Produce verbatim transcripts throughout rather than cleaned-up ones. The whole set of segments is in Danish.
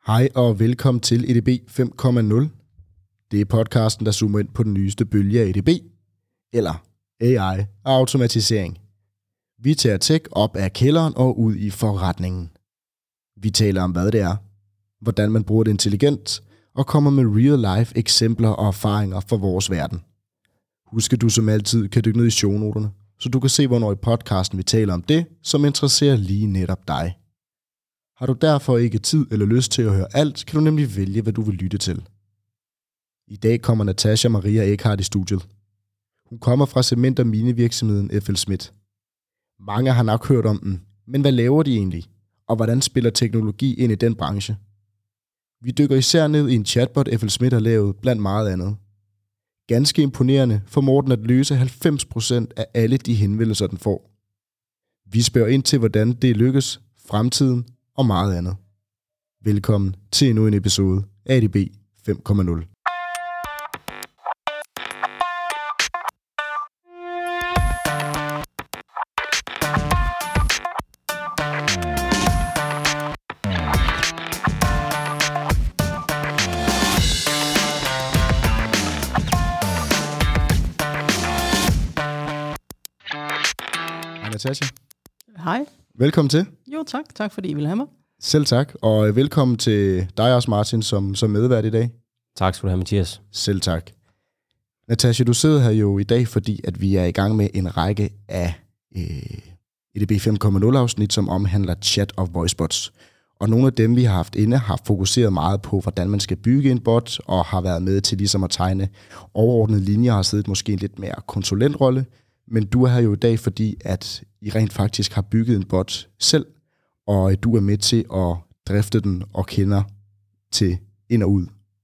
Hej og velkommen til E D B fem punkt nul. Det er podcasten, der zoomer ind på den nyeste bølge af E D B, eller A I og automatisering. Vi tager tech op af kælderen og ud i forretningen. Vi taler om, hvad det er, hvordan man bruger det intelligent, og kommer med real-life eksempler og erfaringer fra vores verden. Husk, at du som altid kan dykke ned i shownoterne, så du kan se, hvornår i podcasten vi taler om det, som interesserer lige netop dig. Har du derfor ikke tid eller lyst til at høre alt, kan du nemlig vælge, hvad du vil lytte til. I dag kommer Natasha Maria Eckhardt i studiet. Hun kommer fra cement- og minevirksomheden FLSmidth. Mange har nok hørt om den, men hvad laver de egentlig? Og hvordan spiller teknologi ind i den branche? Vi dykker især ned i en chatbot, FLSmidth har lavet blandt meget andet. Ganske imponerende formår den at løse halvfems procent af alle de henvendelser, den får. Vi spørger ind til, hvordan det lykkes, fremtiden og meget andet. Velkommen til endnu en episode af E D B fem punkt nul. Hej Natasha. Hej. Velkommen til. Jo tak, tak fordi I ville have mig. Selv tak, og velkommen til dig også, Martin, som, som medvært i dag. Tak skal du have, Mathias. Selv tak. Natasha, du sidder her jo i dag, fordi at vi er i gang med en række af øh, E D B fem punkt nul afsnit, som omhandler chat og voicebots. Og nogle af dem, vi har haft inde, har fokuseret meget på, hvordan man skal bygge en bot, og har været med til ligesom at tegne overordnede linjer, har siddet måske en lidt mere konsulentrolle. Men du er her jo i dag, fordi at I rent faktisk har bygget en bot selv, og du er med til at drifte den og kender til ind og ud.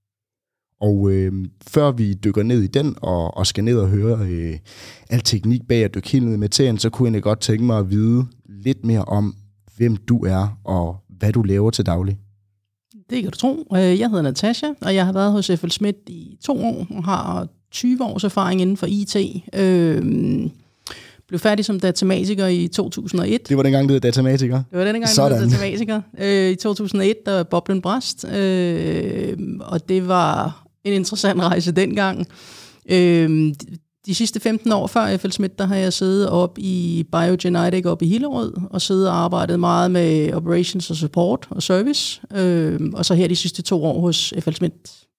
Og øh, før vi dykker ned i den og, og skal ned og høre øh, al teknik bag at dykke helt ned i materien, så kunne jeg godt tænke mig at vide lidt mere om, hvem du er og hvad du laver til daglig. Det kan du tro. Jeg hedder Natasha, og jeg har været hos FLSmidth i to år og har tyve års erfaring inden for I T. Øh, blev færdig som datamatiker i to tusind og et. Det var dengang, du hed datamatiker? Det var dengang, du hed datamatiker. Øh, I to tusind og et, der var boblen brast, øh, og det var en interessant rejse dengang. Øh, de, de sidste femten år før FLSmidth, der har jeg siddet op i Biogenetic op i Hillerød, og siddet og arbejdet meget med operations og support og service, øh, og så her de sidste to år hos FLSmidth.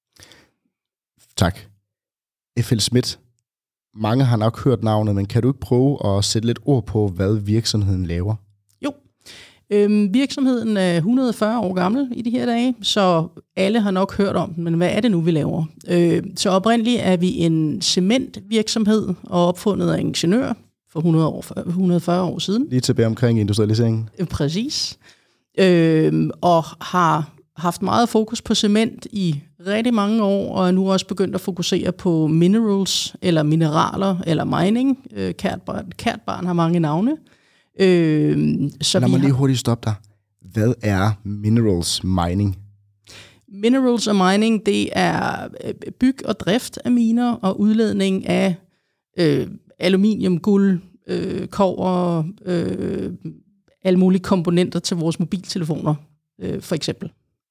Tak. FLSmidth. Mange har nok hørt navnet, men kan du ikke prøve at sætte lidt ord på, hvad virksomheden laver? Jo. Øhm, virksomheden er et hundrede og fyrre år gammel i de her dage, så alle har nok hørt om den, men hvad er det nu, vi laver? Øh, så oprindeligt er vi en cementvirksomhed og opfundet af ingeniør for hundrede og fyrre år siden. Lige tilbage omkring industrialiseringen. Øh, præcis. Øh, og har haft meget fokus på cement i rigtig mange år, og er nu også begyndt at fokusere på minerals, eller mineraler, eller mining. Øh, kært, barn, kært barn har mange navne. Øh, så Lad mig lige har... hurtigt stoppe dig. Hvad er minerals mining? Minerals og mining, det er byg og drift af miner, og udledning af øh, aluminium, guld, øh, kobber, øh, alle mulige komponenter til vores mobiltelefoner, øh, for eksempel.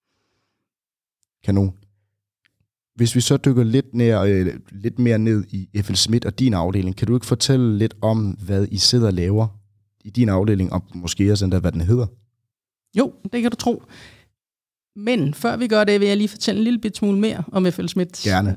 Kanon. Hvis vi så dykker lidt, ned, øh, lidt mere ned i FLSmidth og din afdeling, kan du ikke fortælle lidt om, hvad I sidder og laver i din afdeling, og måske også endda, hvad den hedder? Jo, det kan du tro. Men før vi gør det, vil jeg lige fortælle en lille bit smule mere om FLSmidth. Gerne.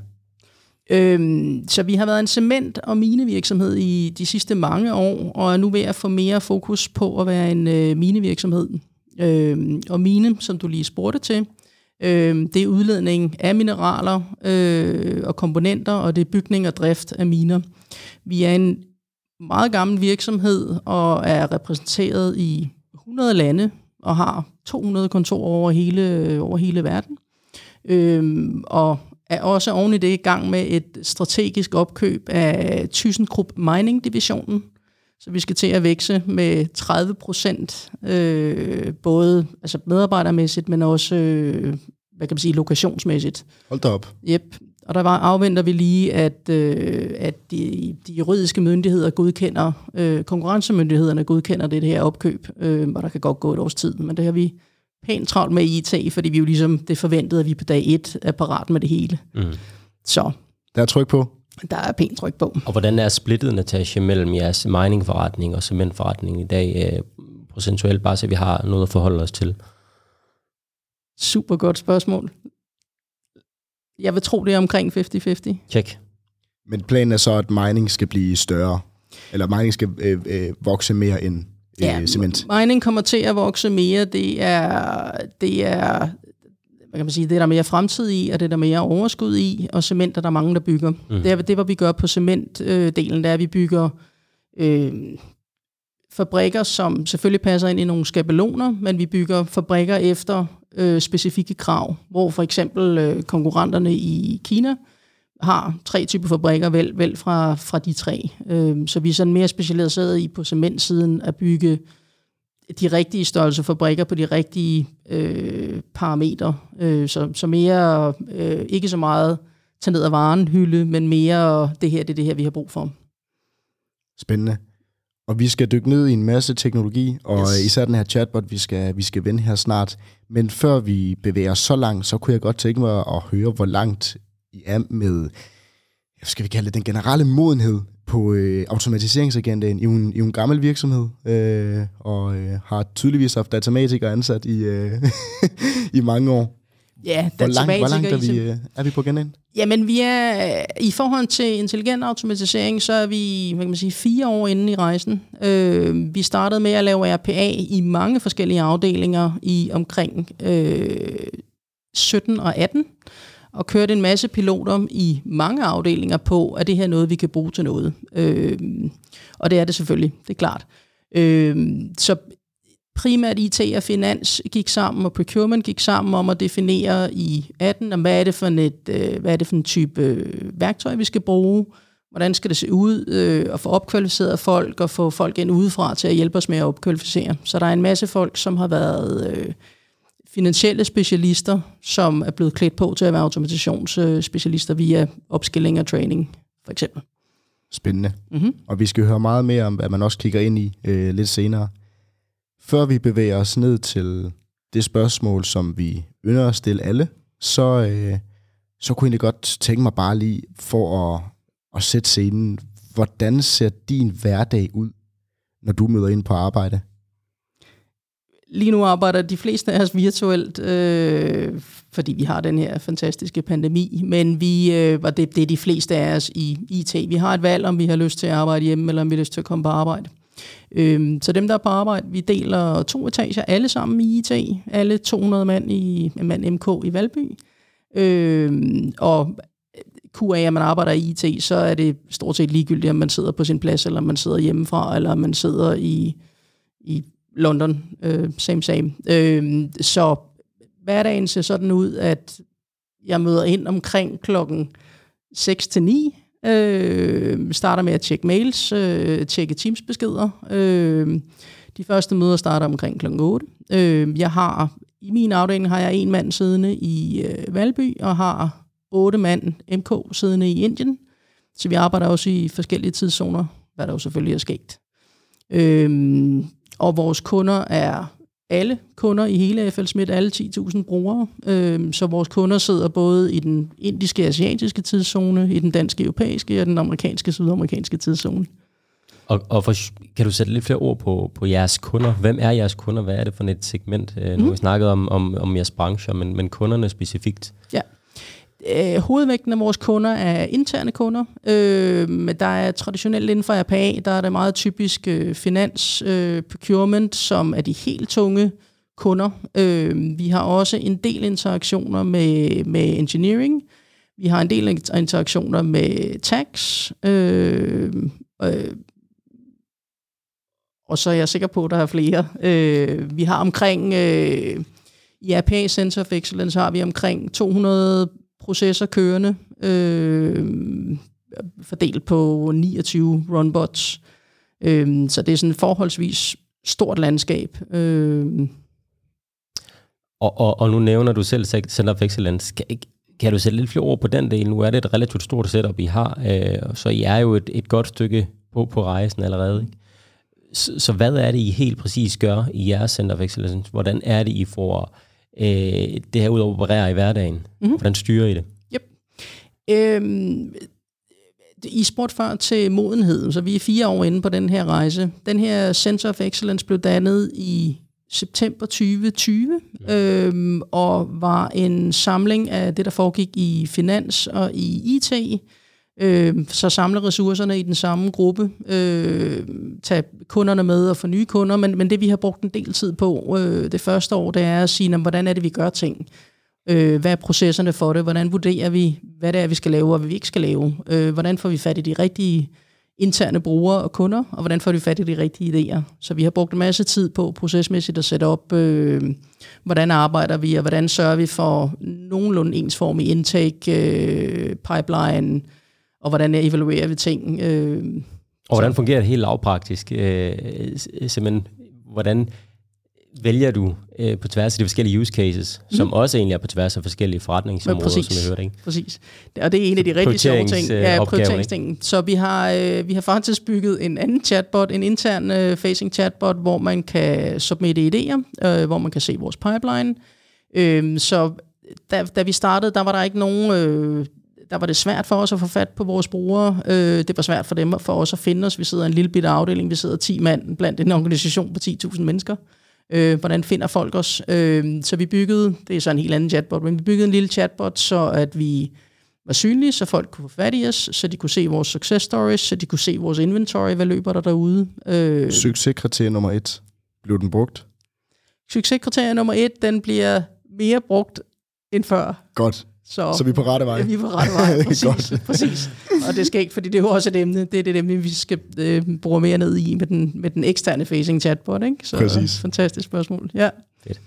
Øhm, så vi har været en cement- og minevirksomhed i de sidste mange år, og er nu ved at få mere fokus på at være en øh, minevirksomhed. Øhm, og mine, som du lige spurgte til, Øh, det er udledning af mineraler øh, og komponenter, og det er bygning og drift af miner. Vi er en meget gammel virksomhed og er repræsenteret i hundrede lande og har to hundrede kontorer over hele, over hele verden. Øh, og er også oven i det i gang med et strategisk opkøb af ThyssenKrupp Mining-divisionen. Så vi skal til at vækse med tredive procent, øh, både altså medarbejdermæssigt, men også øh, hvad kan man sige, lokationsmæssigt. Hold da op. Yep. Og der var, afventer vi lige, at, øh, at de, de juridiske myndigheder godkender, øh, konkurrencemyndighederne godkender det her opkøb, øh, og der kan godt gå et års tid, men det har vi pænt travlt med I T, fordi vi jo ligesom det forventede, at vi på dag et er parat med det hele. Mm. Så der er tryk på. Der er pænt tryk på. Og hvordan er splittet, Natasha, mellem jeres miningforretning og cementforretning i dag, øh, procentuelt, bare så vi har noget at forholde os til? Super godt spørgsmål. Jeg vil tro, det er omkring halvtreds halvtreds. Tjek. Men planen er så, at mining skal blive større, eller mining skal øh, øh, vokse mere end øh, ja, cement? Mining kommer til at vokse mere. Det er, det er, hvad kan man sige, det er der mere fremtid i, og det er der mere overskud i, og cement er der mange, der bygger. Mm. Det er det, hvad vi gør på cementdelen, det er, at vi bygger øh, fabrikker, som selvfølgelig passer ind i nogle skabeloner, men vi bygger fabrikker efter øh, specifikke krav, hvor for eksempel øh, konkurrenterne i Kina har tre typer fabrikker, vel, vel fra, fra de tre. Øh, så vi er sådan mere specialiseret i på cementsiden at bygge de rigtige størrelse fabrikker på de rigtige øh, parametre. Øh, så, så mere, øh, ikke så meget tage ned af varen hylde, men mere det her, det er det her, vi har brug for. Spændende. Og vi skal dykke ned i en masse teknologi, og yes. især den her chatbot, vi skal, vi skal vende her snart. Men før vi bevæger os så langt, så kunne jeg godt tænke mig at høre, hvor langt I er med, skal vi kalde det, den generelle modenhed på øh, automatiseringsagendaen. I en, I en gammel virksomhed, øh, og øh, har tydeligvis haft datamatikere ansat i, øh, i mange år. Ja, hvor langt, hvor langt er, vi, øh, er vi på gennem? Jamen, vi er, i forhold til intelligent automatisering, så er vi, hvad kan man sige, fire år inde i rejsen. Øh, vi startede med at lave R P A i mange forskellige afdelinger i omkring øh, sytten og atten, og kørte en masse piloter i mange afdelinger på, at det her er noget, vi kan bruge til noget. Øh, og det er det selvfølgelig, det er klart. Øh, så primært I T og finans gik sammen, og procurement gik sammen om at definere i atten, hvad er det for et, øh, hvad er det for en type øh, værktøj, vi skal bruge, hvordan skal det se ud, øh, og få opkvalificeret folk, og få folk ind udefra til at hjælpe os med at opkvalificere. Så der er en masse folk, som har været øh, finansielle specialister, som er blevet klædt på til at være automatationsspecialister via upskilling og training, for eksempel. Spændende. Mm-hmm. Og vi skal høre meget mere om, hvad man også kigger ind i øh, lidt senere. Før vi bevæger os ned til det spørgsmål, som vi ynder at stille alle, så, øh, så kunne jeg egentlig godt tænke mig bare lige for at, at sætte scenen. Hvordan ser din hverdag ud, når du møder ind på arbejde? Lige nu arbejder de fleste af os virtuelt, øh, fordi vi har den her fantastiske pandemi, men vi, øh, det, det er de fleste af os i I T. Vi har et valg, om vi har lyst til at arbejde hjemme, eller om vi har lyst til at komme på arbejde. Øh, så dem, der er på arbejde, vi deler to etager, alle sammen i I T, alle to hundrede mand i mand M K i Valby. Øh, og Q A, at man arbejder i I T, så er det stort set ligegyldigt, om man sidder på sin plads, eller om man sidder hjemmefra, eller om man sidder i, i London, øh, same same. Øh, så hverdagen ser sådan ud, at jeg møder ind omkring klokken seks til ni, øh, starter med at tjekke mails, øh, tjekke Teams-beskeder. Øh, de første møder starter omkring klokken otte. Øh, jeg har, i min afdeling har jeg en mand siddende i øh, Valby, og har otte mand M K siddende i Indien. Så vi arbejder også i forskellige tidszoner, hvad der jo selvfølgelig er sket. Øh, Og vores kunder er alle kunder i hele FLSmidth, alle ti tusind brugere. Så vores kunder sidder både i den indiske og asiatiske tidszone, i den danske europæiske og den amerikanske sydamerikanske tidszone. Og, og for, kan du sætte lidt flere ord på, på jeres kunder? Hvem er jeres kunder? Hvad er det for et segment? Mm. Nu har vi snakket om, om, om jeres brancher, men, men kunderne specifikt. Ja. Øh, hovedvægten af vores kunder er interne kunder. Øh, men der er traditionelt inden for R P A, der er det meget typisk øh, finans, øh, procurement, som er de helt tunge kunder. Øh, vi har også en del interaktioner med, med engineering. Vi har en del interaktioner med tax. Øh, øh, og så er jeg sikker på, at der er flere. Øh, vi har omkring, øh, i R P A Center of Excellence har vi omkring to hundrede processer kørende, øh, fordelt på niogtyve runbots. Øh, så det er sådan et forholdsvis stort landskab. Øh. Og, og, og nu nævner du selv Center of Excellence. Kan, kan du sætte lidt flere ord på den del? Nu er det et relativt stort setup, I har, øh, så I er jo et, et godt stykke på, på rejsen allerede. Ikke? så, så hvad er det, I helt præcis gør i jeres Center of Excellence? Hvordan er det, I får øh, det her ud at operere i hverdagen? Mm-hmm. Hvordan styrer I det? Yep. Øhm, I spurgte før til modenhed, så vi er fire år inde på den her rejse. Den her Center of Excellence blev dannet i september tyve tyve, mm. øhm, og var en samling af det, der foregik i finans og i I T. Øhm, så samle ressourcerne i den samme gruppe, øh, tage kunderne med og få nye kunder, men, men det vi har brugt en del tid på øh, det første år, det er at sige, hvordan er det, vi gør ting? Øh, hvad er processerne for det? Hvordan vurderer vi, hvad det er, vi skal lave, og hvad vi ikke skal lave? Øh, hvordan får vi fat i de rigtige interne brugere og kunder, og hvordan får vi fat i de rigtige idéer? Så vi har brugt en masse tid på procesmæssigt at sætte op, øh, hvordan arbejder vi, og hvordan sørger vi for nogenlunde ensformig intake, øh, pipeline, og hvordan evaluerer vi ting. Øh, og hvordan fungerer det helt lavpraktisk? Øh, simpelthen, hvordan vælger du øh, på tværs af de forskellige use cases, mm. som også egentlig er på tværs af forskellige forretningsområder, som jeg hørte, ikke? Præcis. Og det er en af de rigtig sjove ting. Ja, prioriteringstingen. Så vi har, øh, vi har faktisk bygget en anden chatbot, en intern øh, facing chatbot, hvor man kan submitte idéer, øh, hvor man kan se vores pipeline. Øh, så da, da vi startede, der var der ikke nogen... Øh, der var det svært for os at få fat på vores brugere. Øh, det var svært for dem for os at finde os. Vi sidder i en lille bitte afdeling. Vi sidder ti mand blandt en organisation på ti tusind mennesker. Øh, hvordan finder folk os? Øh, så vi byggede, det er så en helt anden chatbot, men vi byggede en lille chatbot, så at vi var synlige, så folk kunne få fat i os, så de kunne se vores success stories, så de kunne se vores inventory, hvad løber der derude. Øh, Succeskriterie nummer et. Blev den brugt? Succeskriterie nummer et, den bliver mere brugt end før. Godt. Så, så vi er på rette vej. Vi er på rette vej, præcis, præcis. Og det skal ikke, fordi det er jo også et emne. Det er det emne, vi skal øh, bruge mere ned i med den, med den eksterne facing chatbot, ikke? Så præcis. Fantastisk spørgsmål. Ja. Fedt.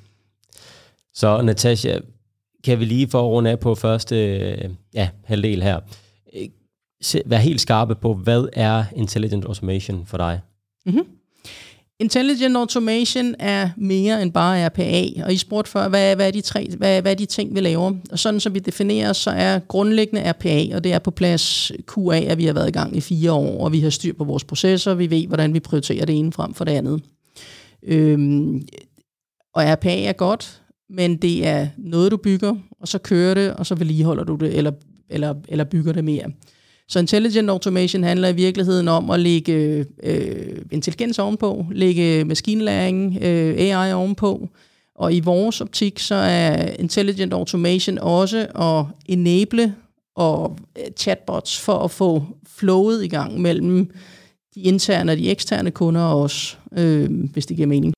Så Natasha, kan vi lige for at runde af på første ja, halvdel her. Vær helt skarpe på, hvad er Intelligent Automation for dig? Mm-hmm. Intelligent Automation er mere end bare R P A, og I spurgte før, hvad, hvad, er de tre, hvad, hvad er de ting, vi laver? Og sådan som vi definerer, så er grundlæggende R P A, og det er på plads Q A, at vi har været i gang i fire år, og vi har styr på vores processer, vi ved, hvordan vi prioriterer det ene frem for det andet. Øhm, og R P A er godt, men det er noget, du bygger, og så kører det, og så vedligeholder du det, eller, eller, eller bygger det mere. Så Intelligent Automation handler i virkeligheden om at lægge øh, intelligens ovenpå, lægge maskinlæring, øh, A I ovenpå, og i vores optik så er Intelligent Automation også at enable og chatbots for at få flowet i gang mellem de interne og de eksterne kunder også, øh, hvis det giver mening.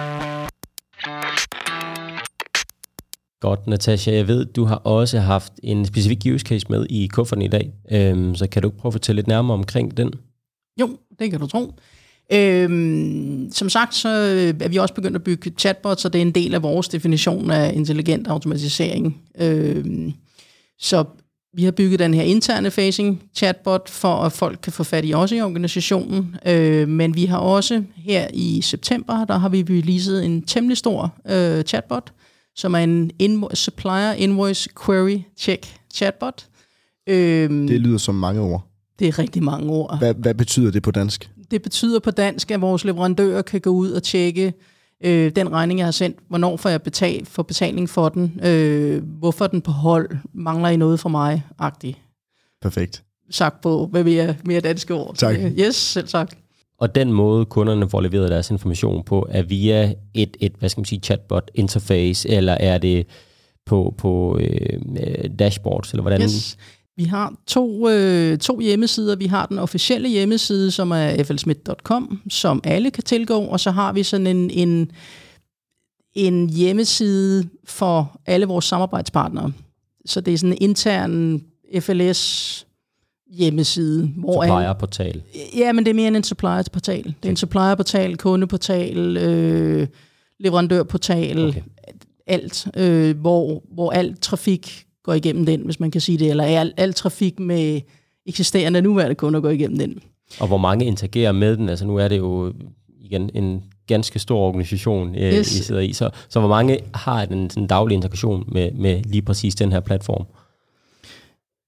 Godt, Natasha. Jeg ved, du har også haft en specifik use case med i kufferten i dag, øhm, så kan du prøve at fortælle lidt nærmere omkring den? Jo, det kan du tro. Øhm, som sagt, så er vi også begyndt at bygge chatbots, og det er en del af vores definition af intelligent automatisering. Øhm, så vi har bygget den her interne facing chatbot, for at folk kan få fat i os i organisationen. Øh, men vi har også her i september, der har vi releaset en temmelig stor øh, chatbot, som er en invo- supplier invoice query check chatbot. Øhm, det lyder som mange ord. Det er rigtig mange ord. Hvad, hvad betyder det på dansk? Det betyder på dansk, at vores leverandører kan gå ud og tjekke øh, den regning, jeg har sendt. Hvornår får jeg betal, får betaling for den? Øh, hvorfor den på hold? Mangler I noget fra mig? Agtigt. Perfekt. Sagt på med mere, mere danske ord. Tak. Yes, selv sagt. Og den måde, kunderne får leveret deres information på, er via et, et hvad skal man sige, chatbot-interface, eller er det på, på øh, dashboards, eller hvordan? Yes. Vi har to, øh, to hjemmesider. Vi har den officielle hjemmeside, som er f l smith punktum com, som alle kan tilgå, og så har vi sådan en, en, en hjemmeside for alle vores samarbejdspartnere. Så det er sådan en intern F L S hjemmeside. Hvor supplierportal. Ja, men det er mere end en supplierportal. Det er en supplierportal, kundeportal, øh, leverandørportal, okay. alt, øh, hvor, hvor alt trafik går igennem den, hvis man kan sige det, eller alt, alt trafik med eksisterende nuværende kunder går igennem den. Og hvor mange interagerer med den? Altså nu er det jo igen en ganske stor organisation, øh, yes. I sidder i. Så, så hvor mange har den sådan daglig integration med, med lige præcis den her platform?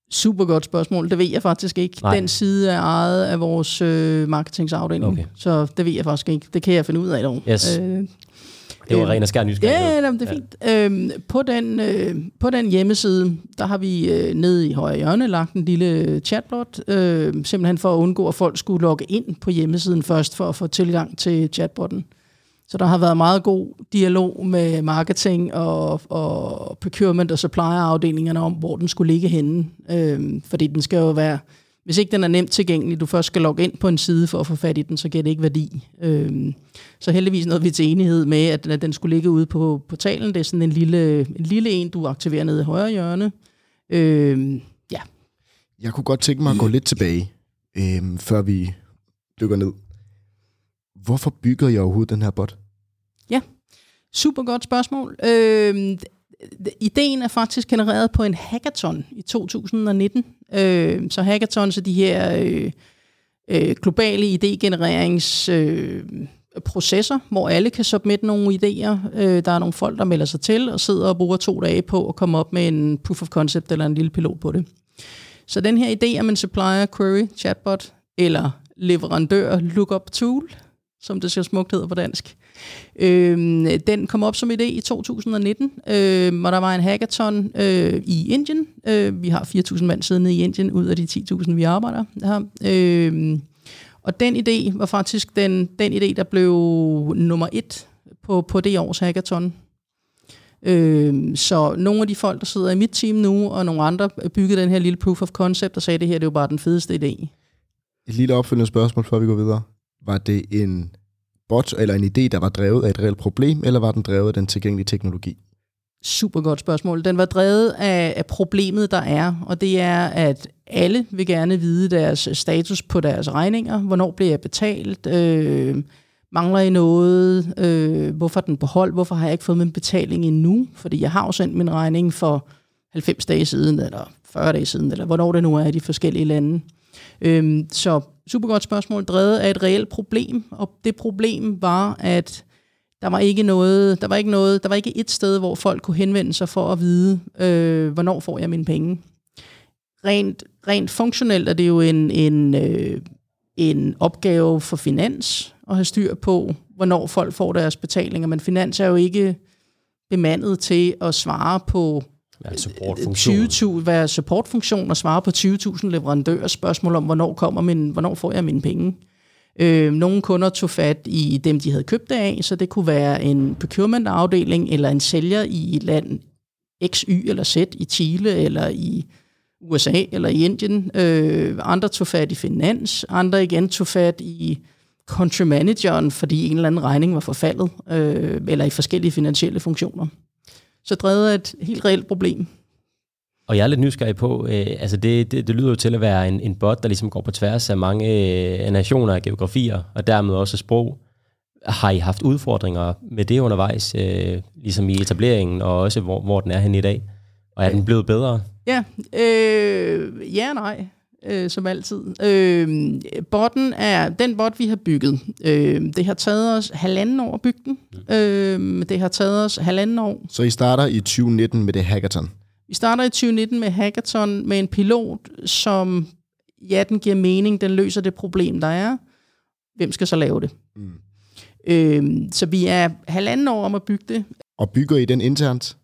Super godt spørgsmål. Det ved jeg faktisk ikke. Nej. Den side er ejet af vores øh, marketingsafdeling, okay. Så det ved jeg faktisk ikke. Det kan jeg finde ud af dog. Yes. Øh, det var øh, ren og skær nysgerrighed. Ja, det er fint. Ja. Øhm, på, den, øh, på den hjemmeside, der har vi øh, nede i højre hjørne lagt en lille chatbot, øh, simpelthen for at undgå, at folk skulle logge ind på hjemmesiden først, for at få tilgang til chatbotten. Så der har været meget god dialog med marketing og, og procurement og supplier-afdelingerne om, hvor den skulle ligge henne. Øhm, fordi den skal jo være, hvis ikke den er nemt tilgængelig, du først skal logge ind på en side for at få fat i den, så giver det ikke værdi. Øhm, så heldigvis nåede vi til enighed med, at, at den skulle ligge ude på portalen. Det er sådan en lille, en lille en, du aktiverer nede i højre hjørne. Øhm, ja. Jeg kunne godt tænke mig at gå lidt tilbage, øhm, før vi dykker ned. Hvorfor bygger jeg overhovedet den her bot? Ja, super godt spørgsmål. Øh, ideen er faktisk genereret på en hackathon i to tusind nitten. Øh, så hackathons er de her øh, øh, globale idégenereringsprocesser, øh, hvor alle kan submitte nogle idéer. Øh, der er nogle folk, der melder sig til og sidder og bruger to dage på at komme op med en proof of concept eller en lille pilot på det. Så den her idé om en supplier query chatbot eller leverandør lookup tool, som det så smukt hedder på dansk. Øhm, den kom op som idé i to tusind nitten, øhm, og der var en hackathon øh, i Indien. Øh, vi har fire tusind mand siddende i Indien, ud af de ti tusind, vi arbejder her. Øhm, og den idé var faktisk den, den idé, der blev nummer et på, på det års hackathon. Øhm, så nogle af de folk, der sidder i mit team nu, og nogle andre byggede den her lille proof of concept, og sagde, at det her det var bare den fedeste idé. Et lille opfølgende spørgsmål, før vi går videre. Var det en bot eller en idé, der var drevet af et reelt problem, eller var den drevet af den tilgængelige teknologi? Super godt spørgsmål. Den var drevet af, af problemet, der er, og det er, at alle vil gerne vide deres status på deres regninger. Hvornår bliver jeg betalt? Øh, mangler I noget? Øh, hvorfor er den på hold? Hvorfor har jeg ikke fået min betaling endnu? Fordi jeg har jo sendt min regning for halvfems dage siden, eller fyrre dage siden, eller hvornår det nu er i de forskellige lande. Øh, så super godt spørgsmål, drevet af et reelt problem, og det problem var, at der var ikke noget, der var ikke noget, der var ikke et sted, hvor folk kunne henvende sig for at vide, øh, hvornår får jeg mine penge. Rent, rent funktionelt er det jo en, en, øh, en opgave for finans at have styr på, hvornår folk får deres betalinger, men finans er jo ikke bemandet til at svare på tyve tusind, være supportfunktion og svare på tyve tusind leverandører spørgsmål om, hvornår kommer min, hvornår får jeg mine penge. Øh, nogle kunder tog fat i dem, de havde købt det af, så det kunne være en procurement-afdeling eller en sælger i et land X, Y eller Z i Chile eller i U S A eller i Indien. Øh, andre tog fat i finans, andre igen tog fat i country manageren, fordi en eller anden regning var forfaldet, øh, eller i forskellige finansielle funktioner. Så drevet et helt reelt problem. Og jeg er lidt nysgerrig på, øh, altså det, det, det lyder jo til at være en, en bot, der ligesom går på tværs af mange øh, nationer og geografier, og dermed også sprog. Har I haft udfordringer med det undervejs, øh, ligesom i etableringen, og også hvor, hvor den er henne i dag? Og er den blevet bedre? Ja, øh, ja og nej, øh, som altid. Øh, botten er den bot, vi har bygget. Øh, det har taget os halvanden år at bygge den. Mm. Øh, det har taget os halvanden år. Så I starter i tyve nitten med det hackathon? Vi starter i tyve nitten med hackathon med en pilot, som, ja, den giver mening, den løser det problem, der er. Hvem skal så lave det? Mm. Øh, så vi er halvanden år om at bygge det. Og bygger I den internt?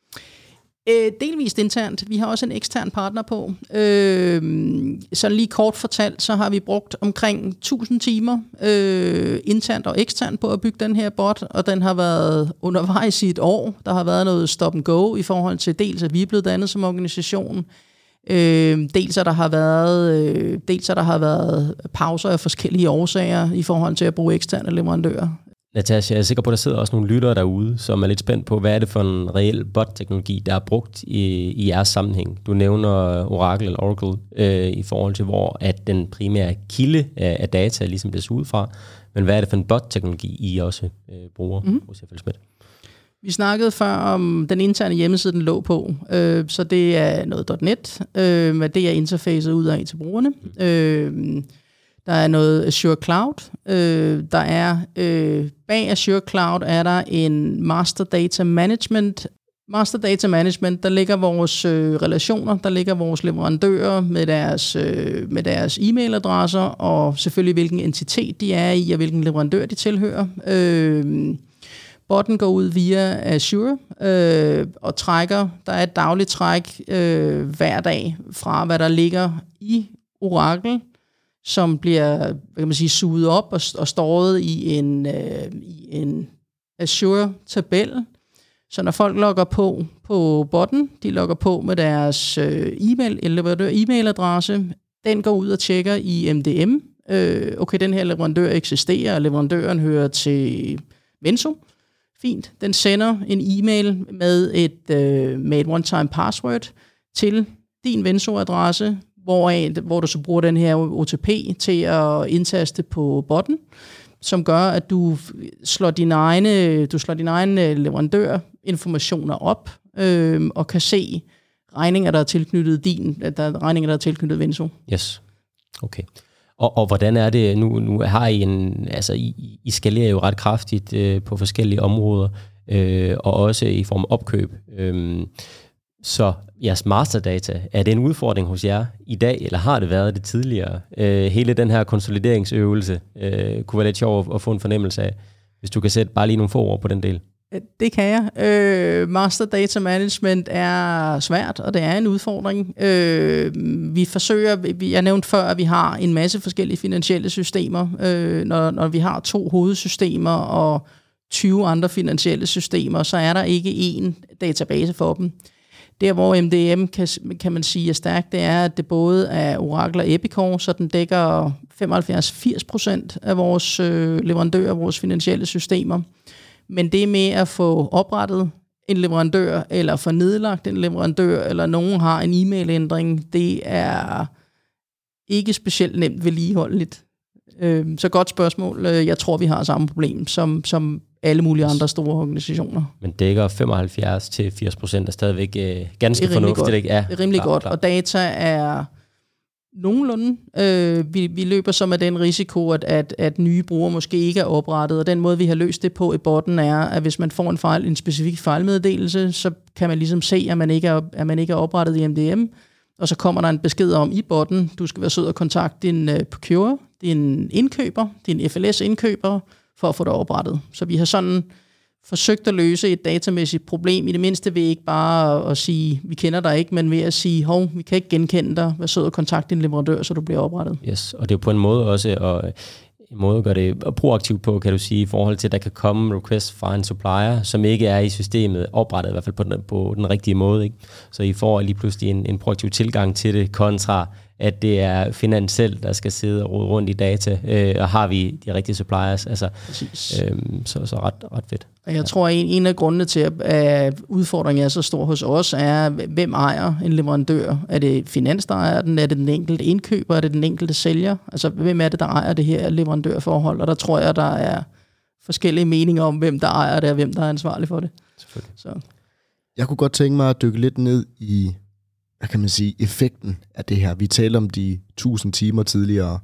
Øh, delvist internt. Vi har også en ekstern partner på. Øh, så lige kort fortalt, så har vi brugt omkring tusind timer øh, internt og eksternt på at bygge den her bot, og den har været undervejs i et år. Der har været noget stop and go i forhold til dels, at vi er blevet dannet som organisation, øh, dels at der har været, øh, dels at der har været pauser af forskellige årsager i forhold til at bruge eksterne leverandører. Natasha, jeg er sikker på, at der sidder også nogle lyttere derude, som er lidt spændt på, hvad er det for en reel bot-teknologi, der er brugt i, i jeres sammenhæng. Du nævner Oracle eller Oracle øh, i forhold til, hvor at den primære kilde af, af data ligesom det ser ud fra. Men hvad er det for en bot-teknologi, I også øh, bruger mm-hmm. hos F L Smith? Vi snakkede før om den interne hjemmeside, den lå på. Øh, så det er noget .net, øh, med det er interfacet ud af til brugerne. Mm. Øh, Der er noget Azure Cloud. Øh, der er øh, bag Azure Cloud er der en Master Data Management Master Data Management, der ligger vores øh, relationer, der ligger vores leverandører med deres, øh, med deres e-mailadresser, og selvfølgelig hvilken entitet de er i, og hvilken leverandør de tilhører. Øh, botten går ud via Azure øh, og trækker, der er et dagligt træk øh, hver dag fra, hvad der ligger i Oracle, som bliver, hvad kan man sige, suget op og, og storet i en, øh, i en Azure-tabel. Så når folk logger på på botten, de logger på med deres øh, e-mail, leverandør e-mailadresse, den går ud og tjekker i M D M. Øh, okay, den her leverandør eksisterer, og leverandøren hører til Venso. Fint. Den sender en e-mail med et, øh, med et one-time password til din Venso-adresse, hvor, hvor du så bruger den her O T P til at indtaste på botten, som gør, at du slår dine egne, du slår dine egne leverandørinformationer op øh, og kan se regninger, der er tilknyttet din, der er regninger, der er tilknyttet Venso. Yes. Okay. Og, og hvordan er det, nu, nu har I en, altså I, I skalerer jo ret kraftigt øh, på forskellige områder, øh, og også i form af opkøb. Øh, så jeres masterdata, er det en udfordring hos jer i dag, eller har det været det tidligere? Øh, hele den her konsolideringsøvelse øh, kunne være lidt sjov at, at få en fornemmelse af, hvis du kan sætte bare lige nogle få ord på den del. Det kan jeg. Øh, Master Data Management er svært, og det er en udfordring. Øh, vi forsøger, jeg nævnte før, at vi har en masse forskellige finansielle systemer. Øh, når, når vi har to hovedsystemer og tyve andre finansielle systemer, så er der ikke én database for dem. Der, hvor M D M kan, kan man sige er stærkt, det er, at det både er Oracle og Epicor, så den dækker femoghalvfjerds til firs procent af vores øh, leverandører, vores finansielle systemer. Men det med at få oprettet en leverandør, eller få nedlagt en leverandør, eller nogen har en e-mailændring, det er ikke specielt nemt vedligeholdeligt. Øh, så godt spørgsmål. Jeg tror, vi har samme problem som, som alle mulige andre store organisationer. Men dækker femoghalvfjerds til firs procent er stadigvæk øh, ganske fornuftigt, ikke? Ja, det er rimelig klar, godt, klar. Og data er nogenlunde. Øh, vi, vi løber så med den risiko, at, at, at nye brugere måske ikke er oprettet, og den måde, vi har løst det på i botten, er, at hvis man får en fejl, en specifik fejlmeddelelse, så kan man ligesom se, at man ikke er, at man ikke er oprettet i M D M, og så kommer der en besked om i botten, du skal være sød og kontakte din uh, procure, din indkøber, din F L S-indkøber, for at få det oprettet. Så vi har sådan forsøgt at løse et datamæssigt problem, i det mindste ved ikke bare at sige, vi kender dig ikke, men ved at sige, hov, vi kan ikke genkende dig, vær sød og kontakte din leverandør, så du bliver oprettet. Yes, og det er på en måde også at, en måde at gøre det proaktivt på, kan du sige, i forhold til, at der kan komme request fra en supplier, som ikke er i systemet oprettet, i hvert fald på den, på den rigtige måde, ikke? Så I får lige pludselig en, en proaktiv tilgang til det, kontra at det er Finans selv, der skal sidde og rode rundt i data, øh, og har vi de rigtige suppliers, altså, øhm, så, så ret, ret fedt. Og jeg tror, at en, en af grundene til, at udfordringen er så stor hos os, er, hvem ejer en leverandør? Er det Finans, der ejer den? Er det den enkelte indkøber? Er det den enkelte sælger? Altså, hvem er det, der ejer det her leverandørforhold? Og der tror jeg, der er forskellige meninger om, hvem der ejer det, og hvem der er ansvarlig for det. Selvfølgelig. Så. Jeg kunne godt tænke mig at dykke lidt ned i, hvad kan man sige, effekten af det her. Vi talte om de tusind timer tidligere.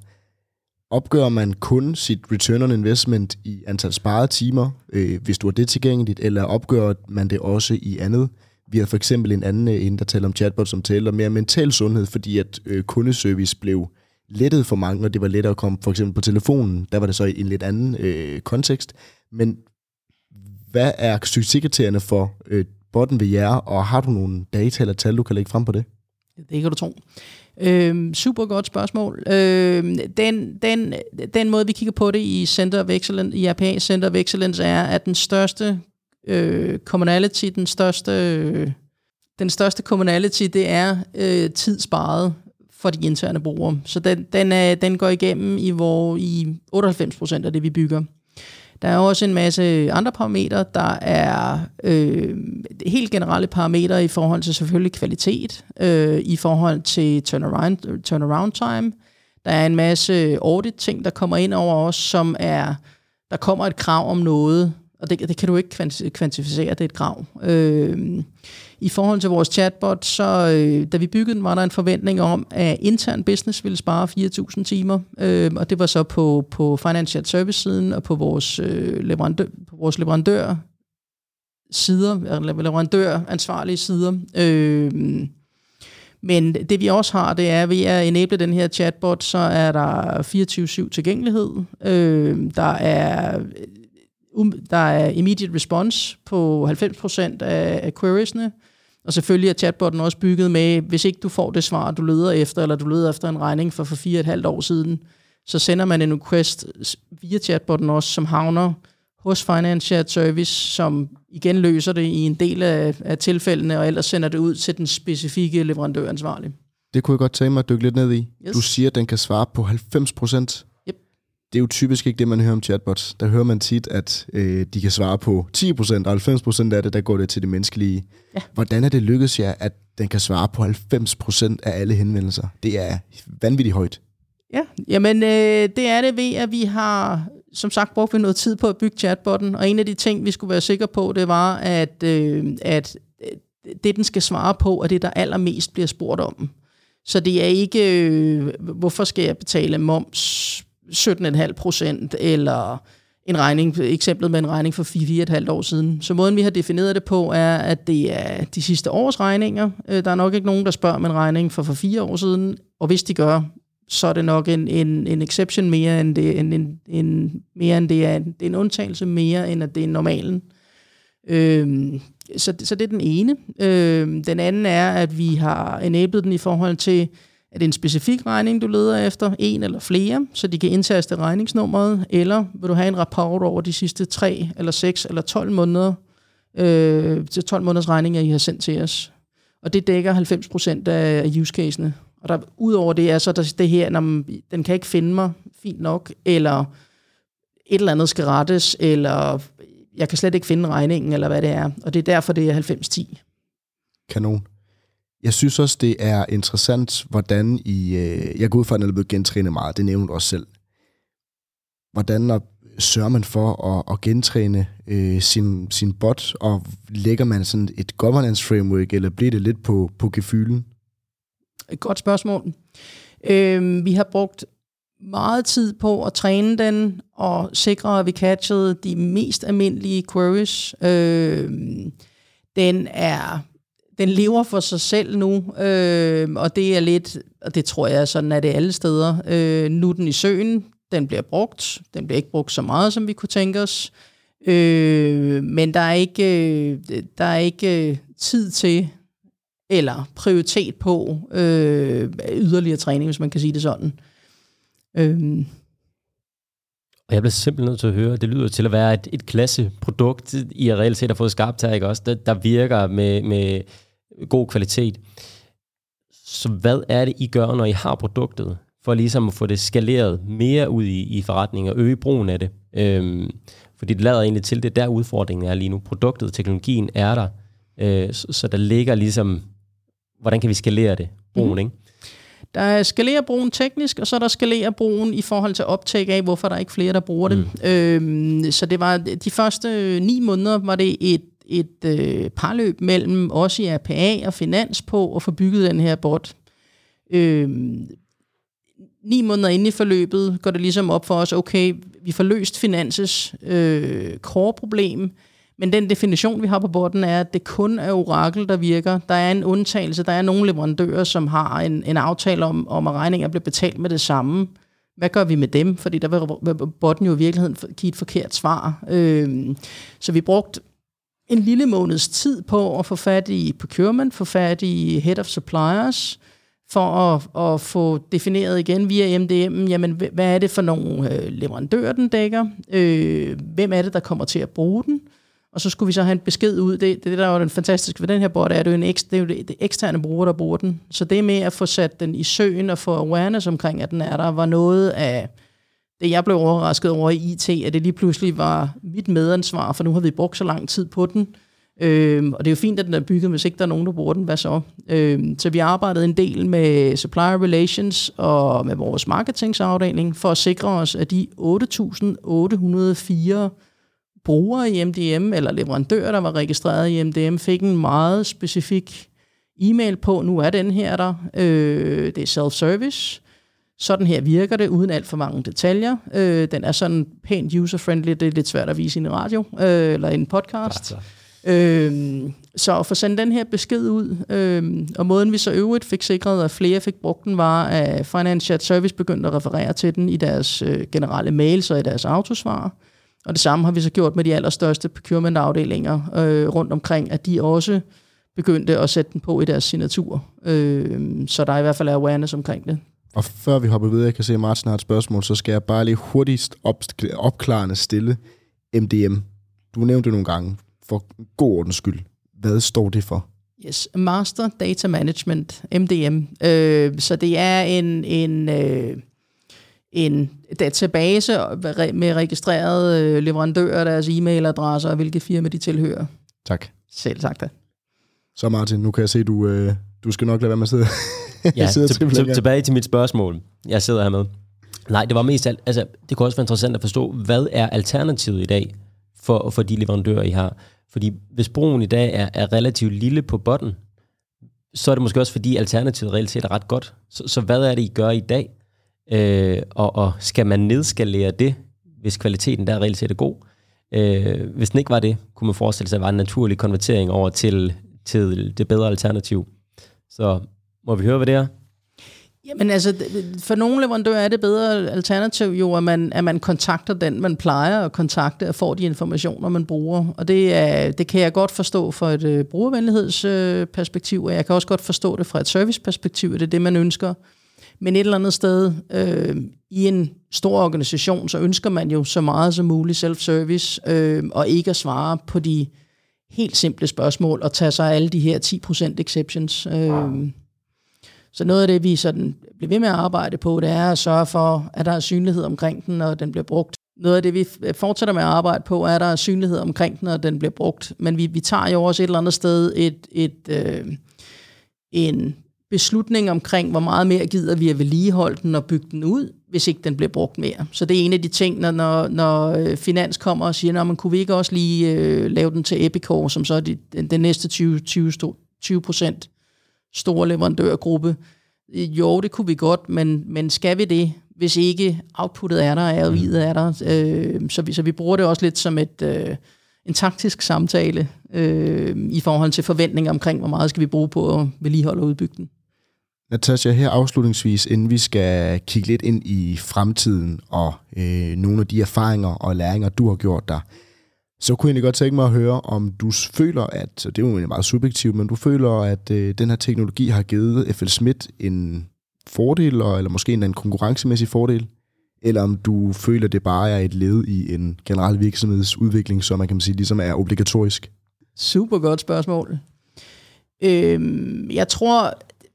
Opgør man kun sit return on investment i antal sparede timer, øh, hvis du har det tilgængeligt, eller opgør man det også i andet? Vi har for eksempel en anden en, der taler om chatbot, som taler mere mental sundhed, fordi at øh, kundeservice blev lettet for mange, og det var lettere at komme for eksempel på telefonen. Der var det så i en lidt anden øh, kontekst. Men hvad er succeskriterierne for øh, botten ved jer, og har du nogle data eller tal, du kan lægge frem på det? Det kan du tro. Øh, super godt spørgsmål. Øh, den, den, den måde, vi kigger på det i Center of Excellence, i R P A Center of Excellence, er, at den største øh, commonality, den største, øh, den største commonality, det er øh, tid sparet for de interne brugere. Så den, den, er, den går igennem i, hvor, i otteoghalvfems procent af det, vi bygger. Der er også en masse andre parametre. Der er øh, helt generelle parametre i forhold til selvfølgelig kvalitet, øh, i forhold til turnaround, turnaround time. Der er en masse audit-ting, der kommer ind over os, som er, der kommer et krav om noget, og det, det kan du ikke kvantificere, det er et krav. Øh, I forhold til vores chatbot, så øh, da vi byggede den, var der en forventning om, at intern business ville spare fire tusind timer, øh, og det var så på, på financial service-siden og på vores, øh, leverandør, på vores leverandør sider, leverandøransvarlige sider. Øh, men det vi også har, det er, ved at enable den her chatbot, så er der fireogtyve syv tilgængelighed. Øh, der er um, der er immediate response på halvfems procent af, af queriesne. Og selvfølgelig er chatbotten også bygget med, hvis ikke du får det svar, du leder efter, eller du leder efter en regning for, for fire og et halvt år siden, så sender man en request via chatbotten også, som havner hos Finance Shared Service, som igen løser det i en del af, af tilfældene, og ellers sender det ud til den specifikke leverandøransvarlige. Det kunne jeg godt tage mig at dykke lidt ned i. Yes. Du siger, at den kan svare på halvfems procent. Yep. Det er jo typisk ikke det, man hører om chatbots. Der hører man tit, at øh, de kan svare på ti procent, og halvfems procent af det, der går det til det menneskelige. Ja. Hvordan er det lykkedes jer, at den kan svare på halvfems procent af alle henvendelser? Det er vanvittigt højt. Ja, jamen øh, det er det ved, at vi har, som sagt, brugt noget tid på at bygge chatbotten, og en af de ting, vi skulle være sikre på, det var, at, øh, at det, den skal svare på, er det, der allermest bliver spurgt om. Så det er ikke, øh, hvorfor skal jeg betale moms sytten komma fem procent, eller en regning, eksemplet med en regning for fire komma fem år siden. Så måden, vi har defineret det på, er, at det er de sidste års regninger. Der er nok ikke nogen, der spørger om en regning for for fire år siden, og hvis de gør, så er det nok en, en, en exception mere, end det, en, en, en, mere end det er, det er en undtagelse mere, end at det er normalen. Øhm, så, så det er den ene. Øhm, den anden er, at vi har enabled den i forhold til, at det er en specifik regning, du leder efter, en eller flere, så de kan indtaste regningsnummeret, eller vil du have en rapport over de sidste tre, eller seks, eller tolv måneder, øh, til tolv måneders regninger, I har sendt til os. Og det dækker halvfems procent af use-casene. Og der, udover det er så der, det her, når man, den kan ikke finde mig fint nok, eller et eller andet skal rettes, eller jeg kan slet ikke finde regningen, eller hvad det er. Og det er derfor, det er halvfems ti. Kanon. Jeg synes også, det er interessant, hvordan I... Øh, jeg går ud fra, at den er blevet gentrænet meget. Det nævnte også selv. Hvordan sørger man for at, at gentræne øh, sin, sin bot, og lægger man sådan et governance framework, eller bliver det lidt på, på gefylen? Et godt spørgsmål. Øh, vi har brugt meget tid på at træne den, og sikre, at vi catchede de mest almindelige queries. Øh, den er... Den lever for sig selv nu, øh, og det er lidt, og det tror jeg, sådan er det alle steder. Øh, nu er den i søen, den bliver brugt. Den bliver ikke brugt så meget, som vi kunne tænke os. Øh, men der er ikke, der er ikke tid til, eller prioritet på øh, yderligere træning, hvis man kan sige det sådan. Øh. Og jeg bliver simpelthen nødt til at høre, det lyder til at være et, et klasseprodukt, I reelt set har fået skabt her, ikke også? Der, der virker med... med god kvalitet. Så hvad er det, I gør, når I har produktet, for ligesom at få det skaleret mere ud i, i forretningen og øge brugen af det? Øhm, fordi det lader egentlig til, det der udfordringen er lige nu. Produktet, teknologien er der, øh, så, så der ligger ligesom, hvordan kan vi skalere det? Brugen, mm. ikke? Der er skalerer brugen teknisk, og så er der skalerer brugen i forhold til optag af, hvorfor der er ikke flere, der bruger det. Mm. Øhm, så det var de første ni måneder, var det et et øh, parløb mellem os i R P A og Finans på at få bygget den her bot. Øhm, ni måneder inde i forløbet går det ligesom op for os, okay, vi får løst Finanses øh, core-problem, men den definition, vi har på botten, er, at det kun er Oracle, der virker. Der er en undtagelse, der er nogle leverandører, som har en, en aftale om, om at regninger bliver betalt med det samme. Hvad gør vi med dem? Fordi der vil botten jo i virkeligheden give et forkert svar. Øhm, så vi brugte en lille måneds tid på at få fat i procurement, få fat i head of suppliers, for at, at få defineret igen via M D M, jamen, hvad er det for nogle øh, leverandører, den dækker? Øh, hvem er det, der kommer til at bruge den? Og så skulle vi så have en besked ud. Det, det der var den fantastiske ved den her bot, er, at det er, en eks, det er jo det, det eksterne bruger, der bruger den. Så det med at få sat den i søen og få awareness omkring, at den er der, var noget af det, jeg blev overrasket over i I T, at det lige pludselig var mit medansvar, for nu har vi brugt så lang tid på den. Øhm, og det er jo fint, at den er bygget, hvis ikke der er nogen, der bruger den. Hvad så? Øhm, så vi har arbejdet en del med supplier relations og med vores marketingsafdeling for at sikre os, at de otte tusind otte hundrede og fire brugere i M D M, eller leverandører, der var registreret i M D M, fik en meget specifik e-mail på, nu er den her der. Øh, det er self-service. Sådan her virker det, uden alt for mange detaljer. Øh, den er sådan pænt user-friendly, det er lidt svært at vise i en radio, øh, eller i en podcast. Øhm, så at få sendt den her besked ud, øhm, og måden vi så øvrigt fik sikret, at flere fik brugt den, var, at Finance Chat Service begyndte at referere til den i deres øh, generelle mails og i deres autosvar. Og det samme har vi så gjort med de allerstørste procurement-afdelinger øh, rundt omkring, at de også begyndte at sætte den på i deres signatur. Øh, så der er i hvert fald awareness omkring det. Og før vi hopper videre, jeg kan se, at Martin har et spørgsmål, så skal jeg bare lige hurtigst op, opklarende stille M D M. Du nævnte det nogle gange, for god ordens skyld. Hvad står det for? Yes, Master Data Management, M D M. Øh, så det er en, en, øh, en database med registrerede leverandører, deres e-mailadresser og hvilke firma de tilhører. Tak. Selv sagt det. Så Martin, nu kan jeg se, at du, øh, du skal nok lade være med at sidde. Ja, til, til, tilbage til mit spørgsmål. Jeg sidder her med. Nej, det var mest alt, altså, det kunne også være interessant at forstå, hvad er alternativet i dag for, for de leverandører, I har? Fordi hvis brugen i dag er, er relativt lille på botten, så er det måske også fordi alternativet reelt set er ret godt. Så, så hvad er det, I gør i dag? Øh, og, og skal man nedskalere det, hvis kvaliteten der reelt set er god? Øh, hvis den ikke var det, kunne man forestille sig, at der var en naturlig konvertering over til, til det bedre alternativ. Så må vi høre, hvad det er? Jamen altså, for nogle leverandører er det bedre alternativ jo, at man, at man kontakter den, man plejer at kontakte, og får de informationer, man bruger. Og det, er, det kan jeg godt forstå fra et uh, brugervenlighedsperspektiv, og jeg kan også godt forstå det fra et serviceperspektiv, det er det, man ønsker. Men et eller andet sted, øh, i en stor organisation, så ønsker man jo så meget som muligt self-service, øh, og ikke at svare på de helt simple spørgsmål, og tage sig af alle de her ti procent exceptions. Øh, Så noget af det, vi sådan bliver ved med at arbejde på, det er at sørge for, at der er synlighed omkring den, når den bliver brugt. Noget af det, vi fortsætter med at arbejde på, er, at der er synlighed omkring den, når den bliver brugt. Men vi, vi tager jo også et eller andet sted et, et, øh, en beslutning omkring, hvor meget mere gider vi at vedligeholde den og bygge den ud, hvis ikke den bliver brugt mere. Så det er en af de ting, når, når, når Finans kommer og siger, man kunne vi ikke også lige øh, lave den til Epicor, som så er de, den, den næste tyve procent store leverandørgruppe. Jo, det kunne vi godt, men, men skal vi det, hvis ikke outputtet er der, og R O I'et er der? Øh, så, vi, så vi bruger det også lidt som et, øh, en taktisk samtale øh, i forhold til forventninger omkring, hvor meget skal vi bruge på at vedligeholde og udbygge den. Natasha, her afslutningsvis, inden vi skal kigge lidt ind i fremtiden og øh, nogle af de erfaringer og læringer, du har gjort der, så kunne jeg egentlig godt tænke mig at høre, om du føler, at, og det er jo meget subjektivt, men du føler, at øh, den her teknologi har givet F L Smith en fordel, eller måske en, en konkurrencemæssig fordel, eller om du føler, at det bare er et led i en generel virksomhedsudvikling, som man kan sige, ligesom er obligatorisk? Super godt spørgsmål. Øhm, jeg tror,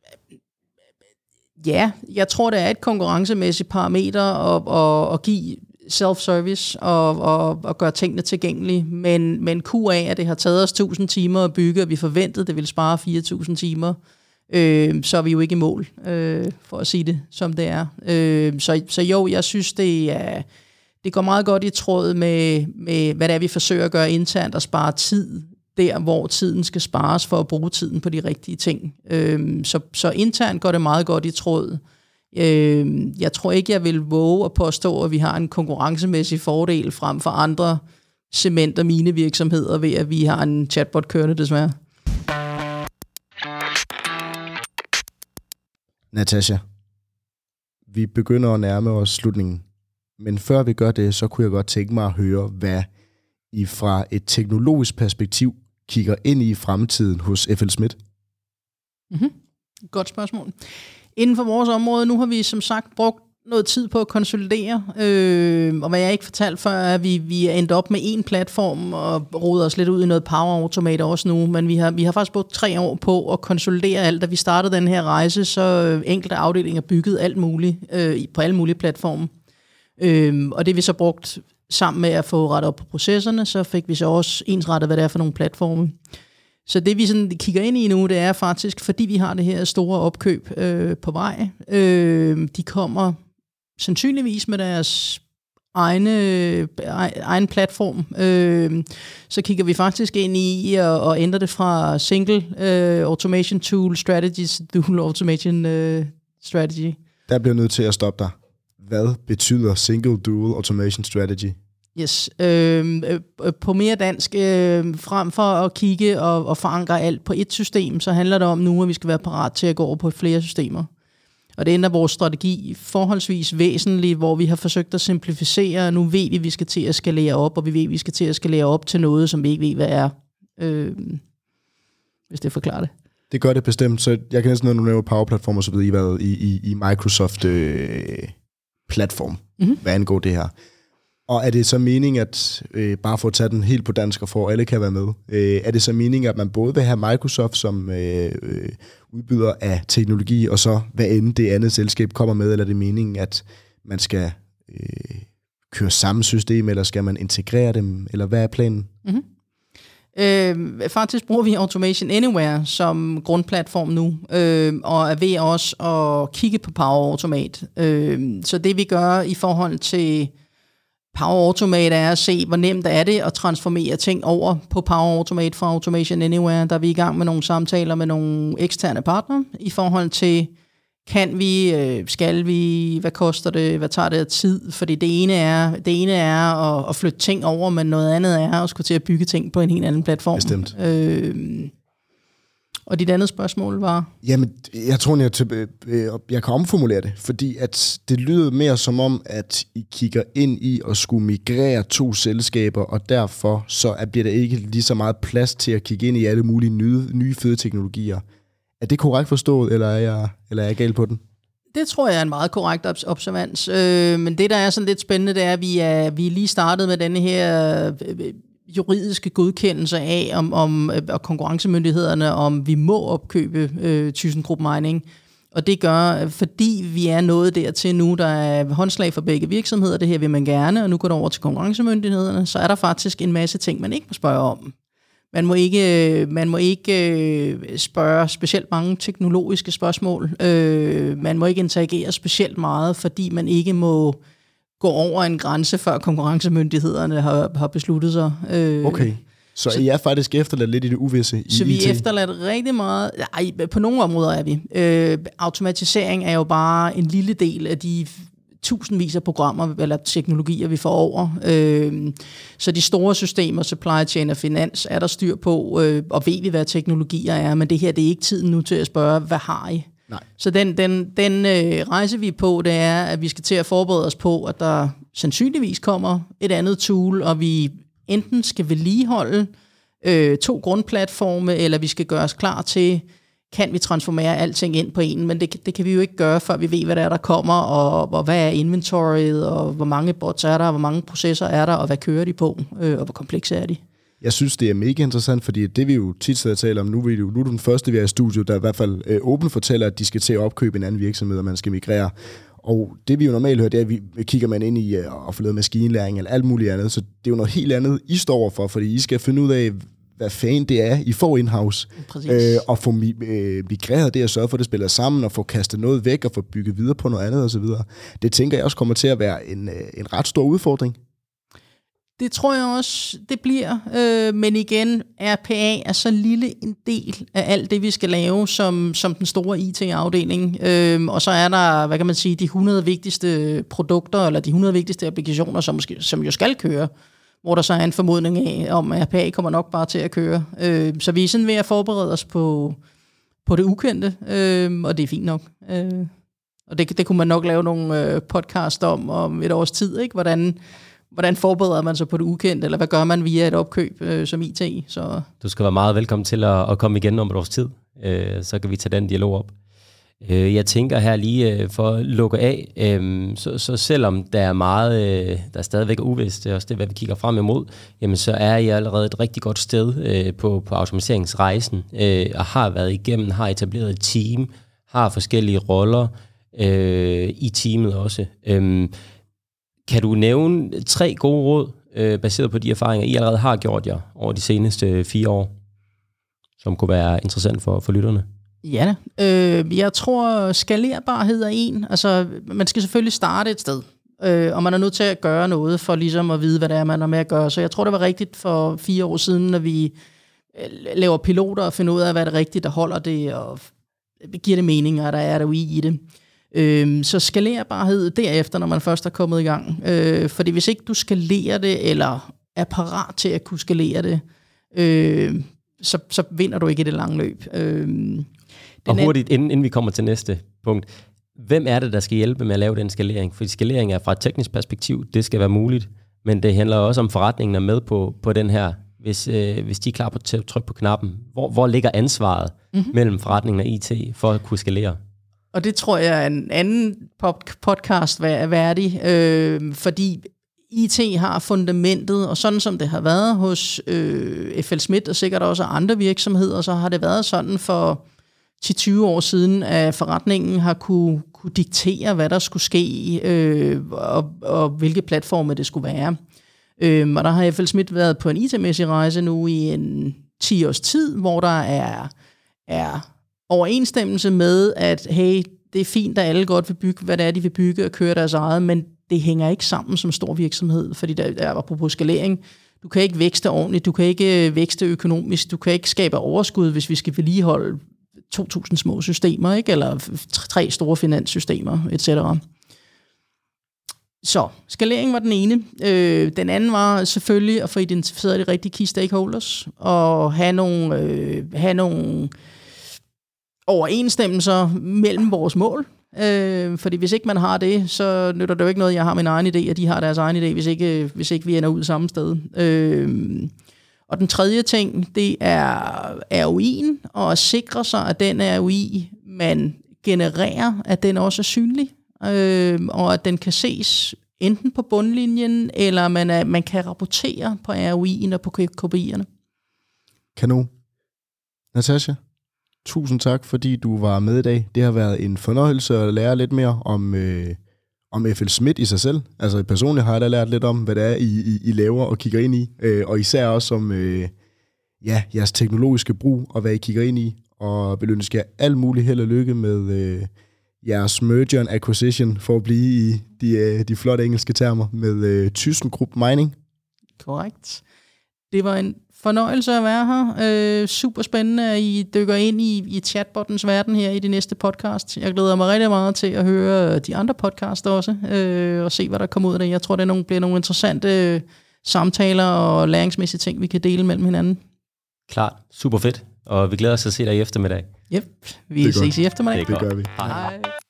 ja, jeg tror, det er et konkurrencemæssigt parameter at, at, at give self-service og, og, og gøre tingene tilgængelige, men, men Q A, at det har taget os tusind timer at bygge, og vi forventede, det ville spare fire tusind timer, øh, så er vi jo ikke i mål, øh, for at sige det, som det er. Øh, så, så jo, jeg synes, det, er, det går meget godt i tråd med, med, hvad det er, vi forsøger at gøre internt, og spare tid der, hvor tiden skal spares for at bruge tiden på de rigtige ting. Øh, så, så internt går det meget godt i tråd. Jeg tror ikke, jeg vil våge at påstå, at vi har en konkurrencemæssig fordel frem for andre cement- og minevirksomheder ved, at vi har en chatbot kørende, desværre. Natasha, vi begynder at nærme os slutningen. Men før vi gør det, så kunne jeg godt tænke mig at høre, hvad I fra et teknologisk perspektiv kigger ind i fremtiden hos F L Smith. Mm-hmm. Godt spørgsmål. Inden for vores område, nu har vi som sagt brugt noget tid på at konsolidere, øh, og hvad jeg ikke fortalte før, er, at vi, vi er endt op med en platform og roder os lidt ud i noget Power Automate også nu, men vi har, vi har faktisk brugt tre år på at konsolidere alt. Da vi startede den her rejse, så enkelte afdelinger byggede alt muligt øh, på alle mulige platforme. Øh, og det vi så brugt sammen med at få rettet op på processerne, så fik vi så også ensrettet, hvad det er for nogle platforme. Så det vi sådan kigger ind i nu, det er faktisk, fordi vi har det her store opkøb øh, på vej. Øh, de kommer sandsynligvis med deres egne, egen platform. Øh, så kigger vi faktisk ind i at, at ændre det fra single øh, automation tool strategies til dual automation øh, strategy. Der bliver nødt til at stoppe dig. Hvad betyder single dual automation strategy? Yes. Øh, øh, på mere dansk, øh, frem for at kigge og, og forankre alt på et system, så handler det om nu, at vi skal være parat til at gå over på flere systemer. Og det ændrer vores strategi forholdsvis væsentligt, hvor vi har forsøgt at simplificere, og nu ved vi, at vi skal til at skalere op, og vi ved, at vi skal til at skalere op til noget, som vi ikke ved, hvad er. Øh, hvis det forklarer det. Det gør det bestemt, så jeg kan næsten, når du nævner Power-platform og så videre, I været i, i, i Microsoft-platform, øh, mm-hmm. hvad angår det her. Og er det så meningen, at, øh, bare for at tage den helt på dansk, og for at alle kan være med, øh, er det så meningen, at man både vil have Microsoft som øh, øh, udbyder af teknologi, og så hvad end det andet selskab kommer med, eller er det meningen, at man skal øh, køre samme system, eller skal man integrere dem, eller hvad er planen? Mm-hmm. Øh, faktisk bruger vi Automation Anywhere som grundplatform nu, øh, og er ved også at kigge på Power Automate. Øh, så det vi gør i forhold til Power Automate er at se, hvor nemt er det at transformere ting over på Power Automate fra Automation Anywhere. Der er vi i gang med nogle samtaler med nogle eksterne partnere i forhold til, kan vi, skal vi, hvad koster det, hvad tager det af tid? Fordi det ene er, det ene er at, at flytte ting over, men noget andet er at skulle til at bygge ting på en helt anden platform. Bestemt. Øh, og dit andet spørgsmål var? Jamen, jeg tror, jeg, jeg kan omformulere det, fordi at det lyder mere som om, at I kigger ind i at skulle migrere to selskaber, og derfor så bliver der ikke lige så meget plads til at kigge ind i alle mulige nye, nye fede teknologier. Er det korrekt forstået, eller er jeg, eller er jeg gal på den? Det tror jeg er en meget korrekt observans. Øh, men det, der er sådan lidt spændende, det er, at vi er, vi er lige startet med denne her øh, juridiske godkendelse af, om, om og konkurrencemyndighederne, om vi må opkøbe øh, ThyssenKrupp Mining. Og det gør, fordi vi er nået dertil nu, der er håndslag for begge virksomheder, det her vil man gerne, og nu går det over til konkurrencemyndighederne, så er der faktisk en masse ting, man ikke må spørge om. Man må ikke, man må ikke spørge specielt mange teknologiske spørgsmål. Man må ikke interagere specielt meget, fordi man ikke må gå over en grænse, før konkurrencemyndighederne har, har besluttet sig. Okay, så, så I er faktisk efterladt lidt i det uvisse i Så vi I T? er efterladt rigtig meget. Ej, på nogle områder er vi. Øh, automatisering er jo bare en lille del af de tusindvis af programmer eller teknologier, vi får over. Øh, så de store systemer, supply chain og finans, er der styr på, øh, og ved vi, hvad teknologier er, men det her, det er ikke tiden nu til at spørge, hvad har I? Nej. Så den, den, den øh, rejse, vi er på, det er, at vi skal til at forberede os på, at der sandsynligvis kommer et andet tool, og vi enten skal vedligeholde øh, to grundplatforme, eller vi skal gøre os klar til, kan vi transformere alting ind på en, men det, det kan vi jo ikke gøre, før vi ved, hvad der er, der kommer, og, og hvad er inventoriet, og hvor mange bots er der, og hvor mange processer er der, og hvad kører de på, øh, og hvor komplekse er de. Jeg synes, det er mega interessant, fordi det vi jo tit sidder og taler om, nu er, jo, nu er du den første, vi er i studiet, der i hvert fald øh, åbent fortæller, at de skal til at opkøbe en anden virksomhed, og man skal migrere. Og det vi jo normalt hører, det er, at vi kigger man ind i øh, at få lavet maskinlæring eller alt muligt andet, så det er jo noget helt andet, I står overfor, fordi I skal finde ud af, hvad fanden det er, I får in-house, øh, og få øh, migreret det, og sørge for, at det spiller sammen, og få kastet noget væk, og få bygget videre på noget andet osv. Det tænker jeg også kommer til at være en, øh, en ret stor udfordring. Det tror jeg også, det bliver. Øh, men igen, R P A er så lille en del af alt det, vi skal lave som, som den store I T-afdeling. Øh, og så er der, hvad kan man sige, de hundrede vigtigste produkter, eller de hundrede vigtigste applikationer, som, måske, som jo skal køre, hvor der så er en formodning af, om R P A kommer nok bare til at køre. Øh, så vi er sådan ved at forberede os på, på det ukendte, øh, og det er fint nok. Øh, og det, det kunne man nok lave nogle øh, podcast om, om et års tid, ikke? Hvordan... Hvordan forbereder man sig på det ukendte, eller hvad gør man via et opkøb øh, som I T? Så. Du skal være meget velkommen til at, at komme igen om et års tid, øh, så kan vi tage den dialog op. Øh, jeg tænker her lige øh, for at lukke af, øh, så, så selvom der er meget, øh, der er stadigvæk uvist, det er også det, hvad vi kigger frem imod, jamen så er I allerede et rigtig godt sted øh, på, på automatiseringsrejsen, øh, og har været igennem, har etableret et team, har forskellige roller øh, i teamet også. Øh, Kan du nævne tre gode råd, øh, baseret på de erfaringer, I allerede har gjort jer over de seneste fire år, som kunne være interessant for, for lytterne? Ja, øh, jeg tror, skalerbarhed er en. Altså, man skal selvfølgelig starte et sted, øh, og man er nødt til at gøre noget for ligesom at vide, hvad det er, man er med at gøre. Så jeg tror, det var rigtigt for fire år siden, når vi laver piloter og finder ud af, hvad er det rigtigt, der holder det, og giver det mening, og der er der jo i det. Øh, så skalerbarhed derefter, når man først er kommet i gang. Øh, fordi hvis ikke du skalerer det, eller er parat til at kunne skalere det, øh, så, så vinder du ikke i det lange løb. Øh, og hurtigt, inden, inden vi kommer til næste punkt, hvem er det, der skal hjælpe med at lave den skalering? For skalering er fra et teknisk perspektiv, det skal være muligt, men det handler også om, forretningen er med på, på den her, hvis, øh, hvis de er klar på at trykke på knappen. Hvor, hvor ligger ansvaret mm-hmm. mellem forretningen og I T for at kunne skalere? Og det tror jeg er en anden podcast er værdig, øh, fordi I T har fundamentet, og sådan som det har været hos øh, F L Schmidt og sikkert også andre virksomheder, så har det været sådan for ti til tyve år siden, at forretningen har kunne, kunne diktere, hvad der skulle ske, øh, og, og hvilke platforme det skulle være. Øh, og der har F L Schmidt været på en I T-mæssig rejse nu i en ti års tid, hvor der er, er overensstemmelse med, at hey, det er fint, at alle godt vil bygge, hvad det er, de vil bygge og køre deres eget, men det hænger ikke sammen som stor virksomhed, fordi der, der var apropos skalering. Du kan ikke vækste ordentligt, du kan ikke vækste økonomisk, du kan ikke skabe overskud, hvis vi skal vedligeholde to tusind små systemer, ikke? Eller tre store finanssystemer, et cetera. Så, skalering var den ene. Øh, den anden var selvfølgelig at få identificeret de rigtige key stakeholders, og have nogle, øh, have nogle overensstemmelser mellem vores mål. Øh, fordi hvis ikke man har det, så nytter det jo ikke noget, jeg har min egen idé, og de har deres egen idé, hvis ikke, hvis ikke vi ender ud samme sted. Øh, og den tredje ting, det er R O I'en, og at sikre sig, at den R O I, man genererer, at den også er synlig, øh, og at den kan ses enten på bundlinjen, eller man, er, man kan rapportere på R O I'en og på K P I'erne. Kanon. Natasha, tusind tak, fordi du var med i dag. Det har været en fornøjelse at lære lidt mere om, øh, om F L Schmidt i sig selv. Altså personligt har jeg da lært lidt om, hvad det er, I, I, I laver og kigger ind i. Øh, og især også om øh, ja, jeres teknologiske brug og hvad I kigger ind i. Og vil ønske jer alt muligt held og lykke med øh, jeres merger and acquisition, for at blive i de, øh, de flotte engelske termer, med øh, ThyssenKrupp Mining. Korrekt. Det var en fornøjelse at være her. Øh, super spændende, at I dykker ind i, i chatbottens verden her i de næste podcast. Jeg glæder mig rigtig meget til at høre de andre podcasts også, øh, og se, hvad der kommer ud af det. Jeg tror, det nogle, bliver nogle interessante samtaler og læringsmæssige ting, vi kan dele mellem hinanden. Klart. Super fedt. Og vi glæder os til at se dig i eftermiddag. Yep. Vi ses i eftermiddag. Det gør vi. Hej.